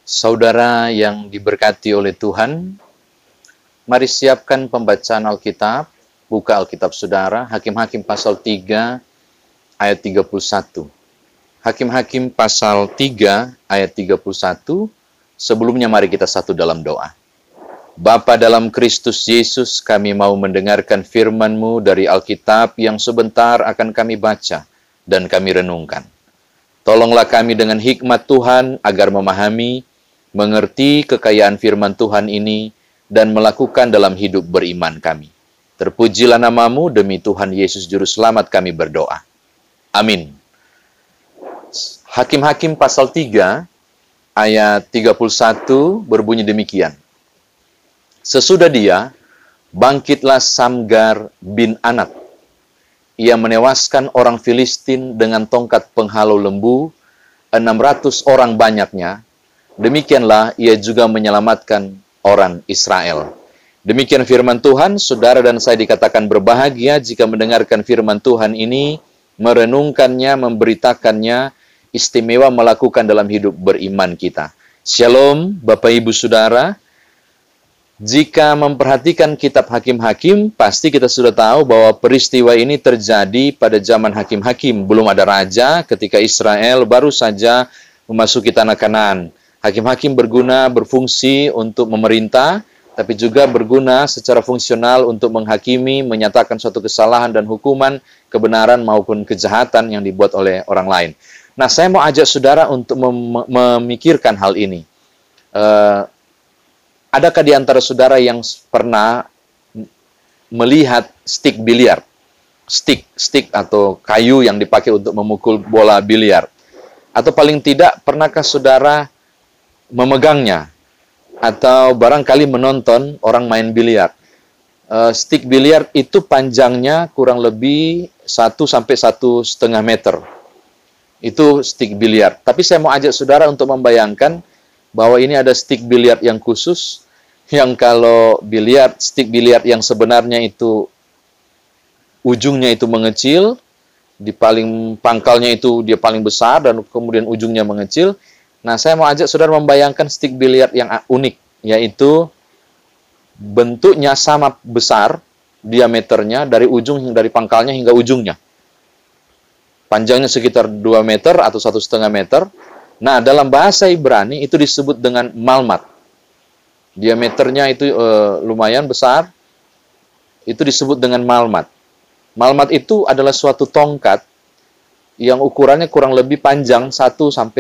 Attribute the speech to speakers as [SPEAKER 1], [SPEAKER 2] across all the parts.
[SPEAKER 1] Saudara yang diberkati oleh Tuhan, mari siapkan pembacaan Alkitab. Buka Alkitab saudara, Hakim-Hakim pasal 3 ayat 31. Hakim-Hakim pasal 3 ayat 31. Sebelumnya mari kita satu dalam doa. Bapa dalam Kristus Yesus, kami mau mendengarkan firman-Mu dari Alkitab yang sebentar akan kami baca dan kami renungkan. Tolonglah kami dengan hikmat Tuhan agar memahami, mengerti kekayaan firman Tuhan ini, dan melakukan dalam hidup beriman kami. Terpujilah nama-Mu, demi Tuhan Yesus Juru Selamat kami berdoa. Amin. Hakim-Hakim pasal 3, ayat 31 berbunyi demikian. Sesudah dia, bangkitlah Samgar bin Anat. Ia menewaskan orang Filistin dengan tongkat penghalau lembu, 600 orang banyaknya. Demikianlah ia juga menyelamatkan orang Israel. Demikian firman Tuhan, saudara dan saya dikatakan berbahagia jika mendengarkan firman Tuhan ini, merenungkannya, memberitakannya, istimewa melakukan dalam hidup beriman kita. Shalom, Bapak Ibu Saudara. Jika memperhatikan kitab Hakim-Hakim, pasti kita sudah tahu bahwa peristiwa ini terjadi pada zaman Hakim-Hakim. Belum ada raja ketika Israel baru saja memasuki tanah Kanaan. Hakim-hakim berfungsi untuk memerintah, tapi juga berguna secara fungsional untuk menghakimi, menyatakan suatu kesalahan dan hukuman, kebenaran maupun kejahatan yang dibuat oleh orang lain. Nah, saya mau ajak saudara untuk memikirkan hal ini. Adakah di antara saudara yang pernah melihat stick biliar? Stick atau kayu yang dipakai untuk memukul bola biliar. Atau paling tidak, pernahkah saudara memegangnya? Atau barangkali menonton orang main biliar. Stick biliar itu panjangnya kurang lebih 1 sampai 1,5 meter. Itu stick biliar. Tapi saya mau ajak saudara untuk membayangkan bahwa ini ada stick biliar yang khusus, yang kalau stick biliar yang sebenarnya itu ujungnya itu mengecil, di paling pangkalnya itu dia paling besar dan kemudian ujungnya mengecil. Nah, saya mau ajak saudara membayangkan stick biliar yang unik, yaitu bentuknya sama besar, diameternya dari dari pangkalnya hingga ujungnya. Panjangnya sekitar 2 meter atau 1,5 meter. Nah, dalam bahasa Ibrani itu disebut dengan malmat. Diameternya itu lumayan besar, itu disebut dengan malmat. Malmat itu adalah suatu tongkat yang ukurannya kurang lebih panjang 1 sampai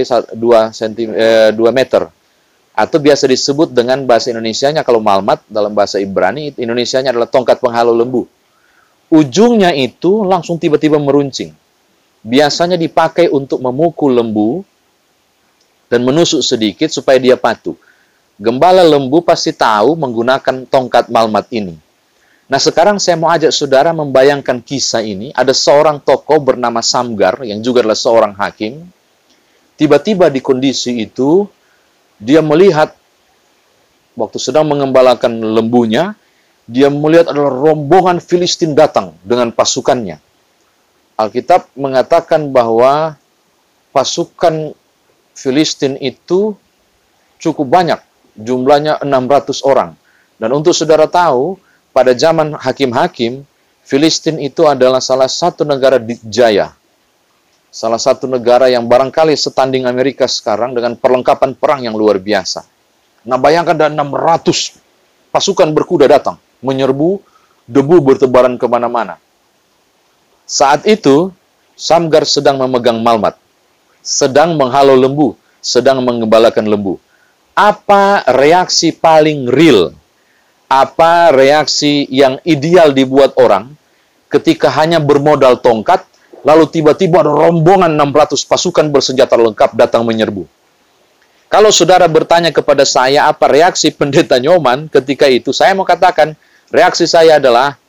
[SPEAKER 1] 2 meter. Atau biasa disebut dengan bahasa Indonesianya, kalau malmat dalam bahasa Ibrani, Indonesianya adalah tongkat penghalau lembu. Ujungnya itu langsung tiba-tiba meruncing. Biasanya dipakai untuk memukul lembu dan menusuk sedikit supaya dia patuh. Gembala lembu pasti tahu menggunakan tongkat malmat ini. Nah, sekarang saya mau ajak saudara membayangkan kisah ini. Ada seorang tokoh bernama Samgar, yang juga adalah seorang hakim. Tiba-tiba di kondisi itu, dia melihat, waktu sedang mengembalakan lembunya, dia melihat adalah rombongan Filistin datang dengan pasukannya. Alkitab mengatakan bahwa pasukan Filistin itu cukup banyak, jumlahnya 600 orang. Dan untuk saudara tahu, pada zaman hakim-hakim, Filistin itu adalah salah satu negara dijaya. Salah satu negara yang barangkali setanding Amerika sekarang dengan perlengkapan perang yang luar biasa. Nah, bayangkan ada 600 pasukan berkuda datang, menyerbu, debu bertebaran kemana-mana. Saat itu, Samgar sedang memegang malmat, sedang menghalau lembu, sedang mengembalakan lembu. Apa reaksi paling real? Apa reaksi yang ideal dibuat orang ketika hanya bermodal tongkat, lalu tiba-tiba ada rombongan 600 pasukan bersenjata lengkap datang menyerbu? Kalau saudara bertanya kepada saya apa reaksi pendeta Nyoman ketika itu, saya mau katakan, reaksi saya adalah,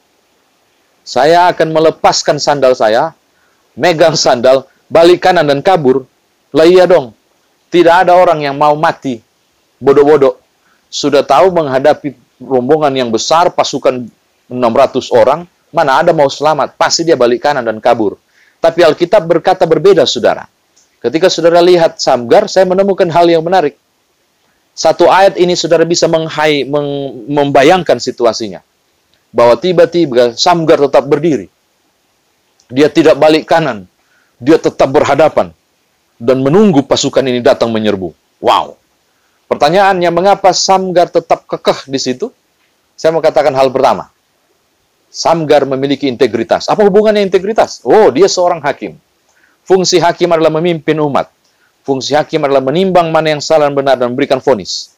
[SPEAKER 1] saya akan melepaskan sandal saya, megang sandal, balik kanan dan kabur. Lah iya dong, tidak ada orang yang mau mati bodoh-bodoh. Sudah tahu menghadapi rombongan yang besar, pasukan 600 orang, mana ada mau selamat, pasti dia balik kanan dan kabur. Tapi Alkitab berkata berbeda, saudara. Ketika saudara lihat Samgar, saya menemukan hal yang menarik. Satu ayat ini saudara bisa membayangkan situasinya. Bahwa tiba-tiba Samgar tetap berdiri. Dia tidak balik kanan. Dia tetap berhadapan. Dan menunggu pasukan ini datang menyerbu. Wow. Pertanyaannya, mengapa Samgar tetap kekeh di situ? Saya mau katakan hal pertama. Samgar memiliki integritas. Apa hubungannya integritas? Oh, dia seorang hakim. Fungsi hakim adalah memimpin umat. Fungsi hakim adalah menimbang mana yang salah dan benar dan memberikan vonis.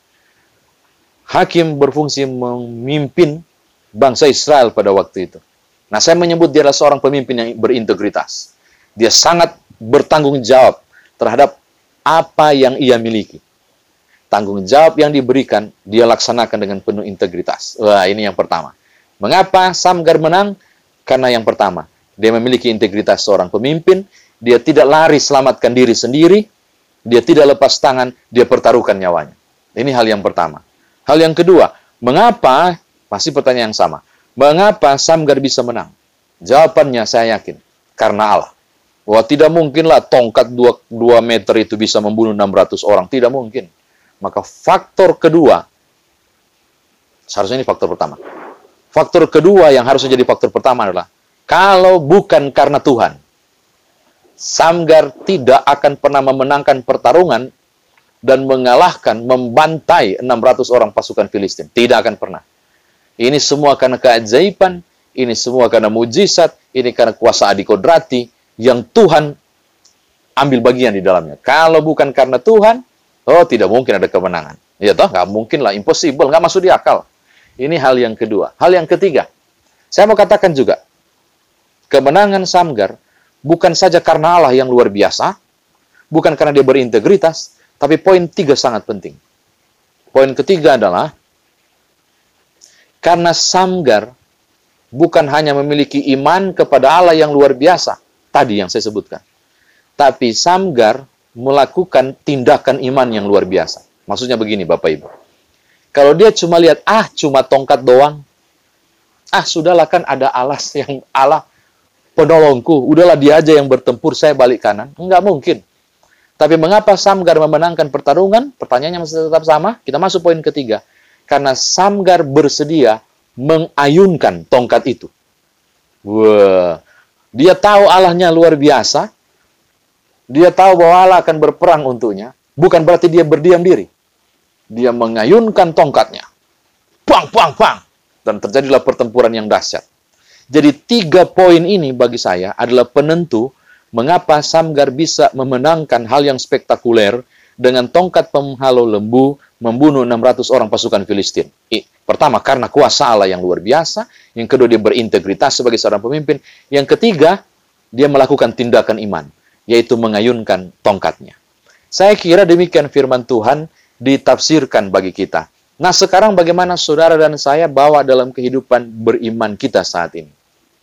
[SPEAKER 1] Hakim berfungsi memimpin bangsa Israel pada waktu itu. Nah, saya menyebut dia adalah seorang pemimpin yang berintegritas. Dia sangat bertanggung jawab terhadap apa yang ia miliki. Tanggung jawab yang diberikan, dia laksanakan dengan penuh integritas. Wah, ini yang pertama. Mengapa Samgar menang? Karena yang pertama, dia memiliki integritas seorang pemimpin, dia tidak lari selamatkan diri sendiri, dia tidak lepas tangan, dia pertaruhkan nyawanya. Ini hal yang pertama. Hal yang kedua, mengapa, masih pertanyaan yang sama, mengapa Samgar bisa menang? Jawabannya saya yakin, karena Allah. Wah, tidak mungkinlah tongkat 2 meter itu bisa membunuh 600 orang, tidak mungkin. Maka faktor kedua, seharusnya ini faktor pertama. Faktor kedua yang harusnya jadi faktor pertama adalah, kalau bukan karena Tuhan, Samgar tidak akan pernah memenangkan pertarungan dan mengalahkan, membantai 600 orang pasukan Filistin. Tidak akan pernah. Ini semua karena keajaiban, ini semua karena mujizat, ini karena kuasa adikodrati yang Tuhan ambil bagian di dalamnya. Kalau bukan karena Tuhan, oh tidak mungkin ada kemenangan. Ya toh, nggak mungkin lah, impossible, nggak masuk di akal. Ini hal yang kedua. Hal yang ketiga, saya mau katakan juga, kemenangan Samgar bukan saja karena Allah yang luar biasa, bukan karena dia berintegritas, tapi poin 3 sangat penting. Poin ketiga adalah, karena Samgar bukan hanya memiliki iman kepada Allah yang luar biasa, tadi yang saya sebutkan, tapi Samgar melakukan tindakan iman yang luar biasa. Maksudnya begini, Bapak Ibu. Kalau dia cuma lihat, cuma tongkat doang, sudahlah kan ada Allah penolongku, udahlah dia aja yang bertempur, saya balik kanan. Enggak mungkin. Tapi mengapa Samgar memenangkan pertarungan? Pertanyaannya masih tetap sama. Kita masuk poin ketiga. Karena Samgar bersedia mengayunkan tongkat itu. Wah, dia tahu Allahnya luar biasa. Dia tahu bahwa Allah akan berperang untuknya. Bukan berarti dia berdiam diri. Dia mengayunkan tongkatnya. Pang, pang, pang. Dan terjadilah pertempuran yang dahsyat. Jadi 3 poin ini bagi saya adalah penentu mengapa Samgar bisa memenangkan hal yang spektakuler dengan tongkat penghalau lembu membunuh 600 orang pasukan Filistin. Pertama, karena kuasa Allah yang luar biasa. Yang kedua, dia berintegritas sebagai seorang pemimpin. Yang ketiga, dia melakukan tindakan iman, yaitu mengayunkan tongkatnya. Saya kira demikian firman Tuhan ditafsirkan bagi kita. Nah, sekarang bagaimana saudara dan saya bawa dalam kehidupan beriman kita saat ini?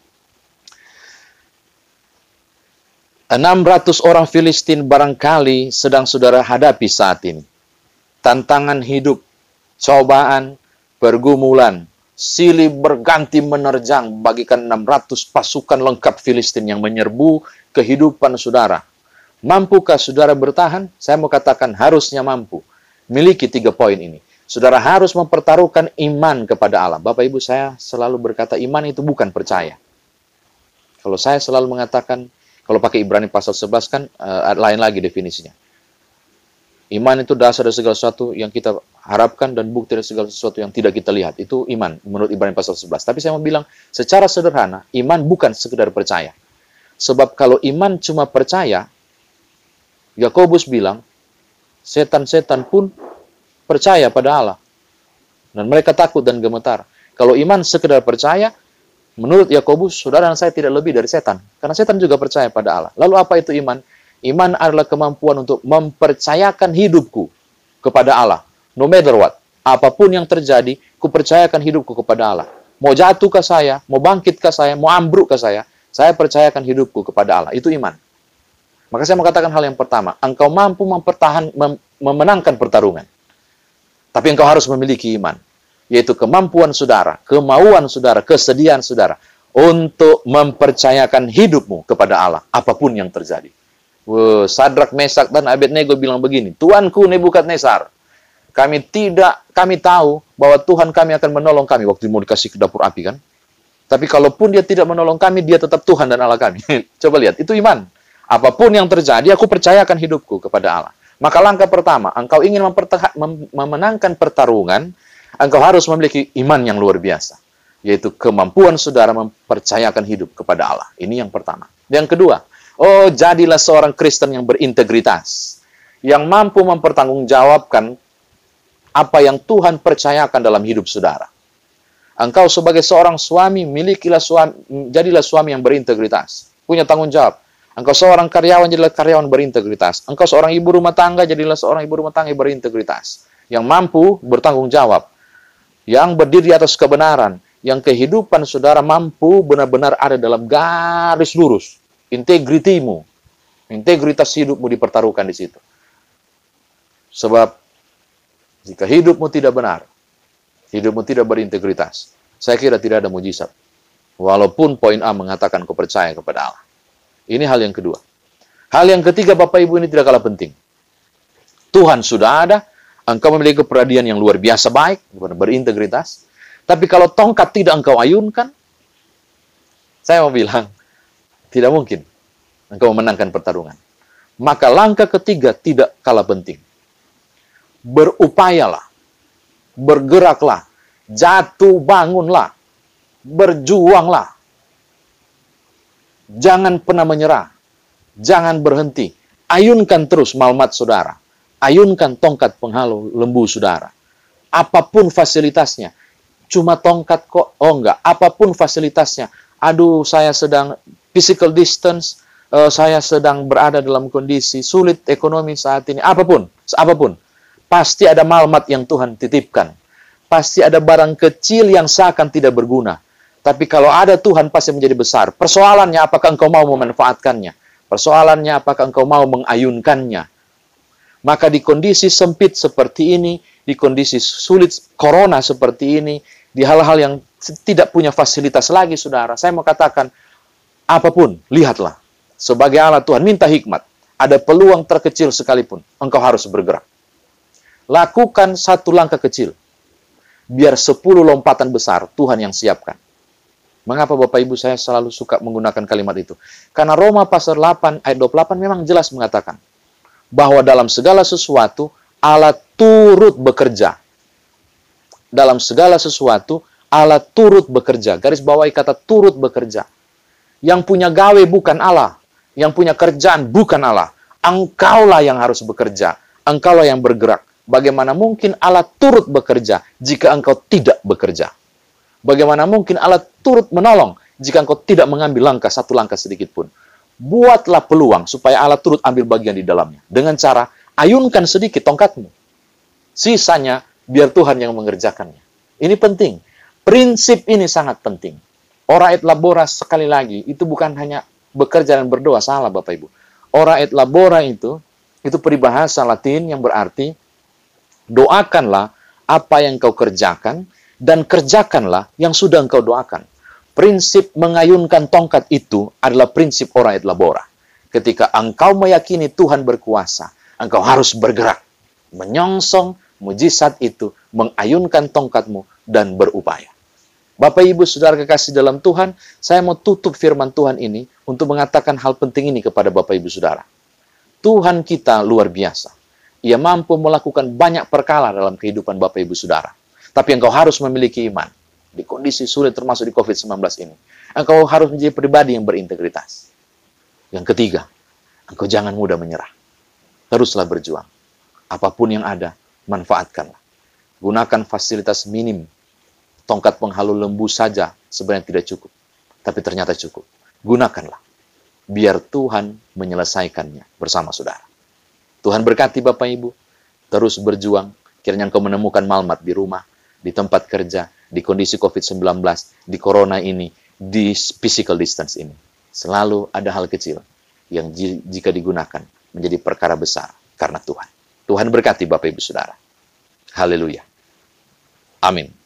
[SPEAKER 1] 600 orang Filistin barangkali sedang saudara hadapi saat ini. Tantangan hidup, cobaan, pergumulan, silih berganti menerjang bagikan 600 pasukan lengkap Filistin yang menyerbu kehidupan saudara. Mampukah saudara bertahan? Saya mau katakan harusnya mampu. Miliki 3 poin ini. Saudara harus mempertaruhkan iman kepada Allah. Bapak Ibu, saya selalu berkata iman itu bukan percaya. Kalau saya selalu mengatakan, kalau pakai Ibrani pasal 11 kan lain lagi definisinya. Iman itu dasar dari segala sesuatu yang kita harapkan dan bukti dari segala sesuatu yang tidak kita lihat. Itu iman menurut Ibrani pasal 11. Tapi saya mau bilang secara sederhana, iman bukan sekedar percaya. Sebab kalau iman cuma percaya, Yakobus bilang, setan-setan pun percaya pada Allah. Dan mereka takut dan gemetar. Kalau iman sekedar percaya, menurut Yakobus, saudara dan saya tidak lebih dari setan. Karena setan juga percaya pada Allah. Lalu apa itu iman? Iman adalah kemampuan untuk mempercayakan hidupku kepada Allah. No matter what. Apapun yang terjadi, kupercayakan hidupku kepada Allah. Mau jatuhkah saya, mau bangkitkah saya, mau ambrukkah saya percayakan hidupku kepada Allah. Itu iman. Maka saya mau katakan hal yang pertama. Engkau mampu memenangkan pertarungan. Tapi engkau harus memiliki iman. Yaitu kemampuan saudara, kemauan saudara, kesediaan saudara. Untuk mempercayakan hidupmu kepada Allah. Apapun yang terjadi. Sadrak, Mesak, dan Abednego bilang begini. Tuanku Nebukadnezar, Kami tahu bahwa Tuhan kami akan menolong kami waktu mau dikasih ke dapur api kan. Tapi kalaupun dia tidak menolong kami, dia tetap Tuhan dan Allah kami. Coba lihat, itu iman. Apapun yang terjadi, aku percayakan hidupku kepada Allah. Maka langkah pertama, engkau ingin memenangkan pertarungan, engkau harus memiliki iman yang luar biasa. Yaitu kemampuan saudara mempercayakan hidup kepada Allah. Ini yang pertama. Yang kedua, jadilah seorang Kristen yang berintegritas. Yang mampu mempertanggungjawabkan apa yang Tuhan percayakan dalam hidup saudara. Engkau sebagai seorang suami, jadilah suami yang berintegritas. Punya tanggung jawab. Engkau seorang karyawan, jadilah karyawan berintegritas. Engkau seorang ibu rumah tangga, jadilah seorang ibu rumah tangga yang berintegritas. Yang mampu bertanggung jawab. Yang berdiri atas kebenaran. Yang kehidupan saudara mampu benar-benar ada dalam garis lurus. Integritimu. Integritas hidupmu dipertaruhkan di situ. Sebab jika hidupmu tidak benar, hidupmu tidak berintegritas, saya kira tidak ada mujizat. Walaupun poin A mengatakan kau percaya kepada Allah. Ini hal yang kedua. Hal yang ketiga, Bapak Ibu, ini tidak kalah penting. Tuhan sudah ada, engkau memiliki kepribadian yang luar biasa baik, berintegritas. Tapi kalau tongkat tidak engkau ayunkan, saya mau bilang, tidak mungkin engkau memenangkan pertarungan. Maka langkah ketiga tidak kalah penting. Berupayalah, bergeraklah, jatuh bangunlah, berjuanglah. Jangan pernah menyerah, jangan berhenti. Ayunkan terus malmat saudara, ayunkan tongkat penghalau lembu saudara. Apapun fasilitasnya, cuma tongkat kok, enggak, apapun fasilitasnya. Aduh, saya sedang physical distance, saya sedang berada dalam kondisi sulit ekonomi saat ini, apapun. Pasti ada malmat yang Tuhan titipkan. Pasti ada barang kecil yang seakan tidak berguna. Tapi kalau ada Tuhan pasti menjadi besar. Persoalannya apakah engkau mau memanfaatkannya? Persoalannya apakah engkau mau mengayunkannya? Maka di kondisi sempit seperti ini, di kondisi sulit corona seperti ini, di hal-hal yang tidak punya fasilitas lagi, saudara, saya mau katakan, apapun, lihatlah. Sebagai Allah Tuhan, minta hikmat. Ada peluang terkecil sekalipun, engkau harus bergerak. Lakukan satu langkah kecil. Biar 10 lompatan besar Tuhan yang siapkan. Mengapa Bapak Ibu saya selalu suka menggunakan kalimat itu? Karena Roma pasal 8 ayat 28 memang jelas mengatakan bahwa dalam segala sesuatu Allah turut bekerja. Dalam segala sesuatu Allah turut bekerja. Garis bawahi kata turut bekerja. Yang punya gawe bukan Allah. Yang punya kerjaan bukan Allah. Engkaulah yang harus bekerja. Engkaulah yang bergerak. Bagaimana mungkin Allah turut bekerja jika engkau tidak bekerja? Bagaimana mungkin Allah turut menolong jika engkau tidak mengambil satu langkah sedikit pun? Buatlah peluang supaya Allah turut ambil bagian di dalamnya. Dengan cara, ayunkan sedikit tongkatmu. Sisanya, biar Tuhan yang mengerjakannya. Ini penting. Prinsip ini sangat penting. Ora et labora sekali lagi, itu bukan hanya bekerja dan berdoa. Salah Bapak Ibu. Ora et labora itu peribahasa Latin yang berarti doakanlah apa yang kau kerjakan, dan kerjakanlah yang sudah engkau doakan. Prinsip mengayunkan tongkat itu adalah prinsip ora et labora. Ketika engkau meyakini Tuhan berkuasa, engkau harus bergerak, menyongsong mujizat itu, mengayunkan tongkatmu, dan berupaya. Bapak, Ibu, Saudara kekasih dalam Tuhan, saya mau tutup firman Tuhan ini untuk mengatakan hal penting ini kepada Bapak, Ibu, Saudara. Tuhan kita luar biasa. Ia mampu melakukan banyak perkara dalam kehidupan Bapak, Ibu, Saudara. Tapi engkau harus memiliki iman. Di kondisi sulit termasuk di COVID-19 ini. Engkau harus menjadi pribadi yang berintegritas. Yang ketiga, engkau jangan mudah menyerah. Teruslah berjuang. Apapun yang ada, manfaatkanlah. Gunakan fasilitas minim. Tongkat penghalau lembu saja sebenarnya tidak cukup. Tapi ternyata cukup. Gunakanlah. Biar Tuhan menyelesaikannya bersama saudara. Tuhan berkati Bapak Ibu. Terus berjuang. Kiranya engkau menemukan malmat di rumah, di tempat kerja, di kondisi COVID-19, di corona ini, di physical distance ini. Selalu ada hal kecil yang jika digunakan menjadi perkara besar karena Tuhan. Tuhan berkati Bapak Ibu Saudara. Haleluya. Amin.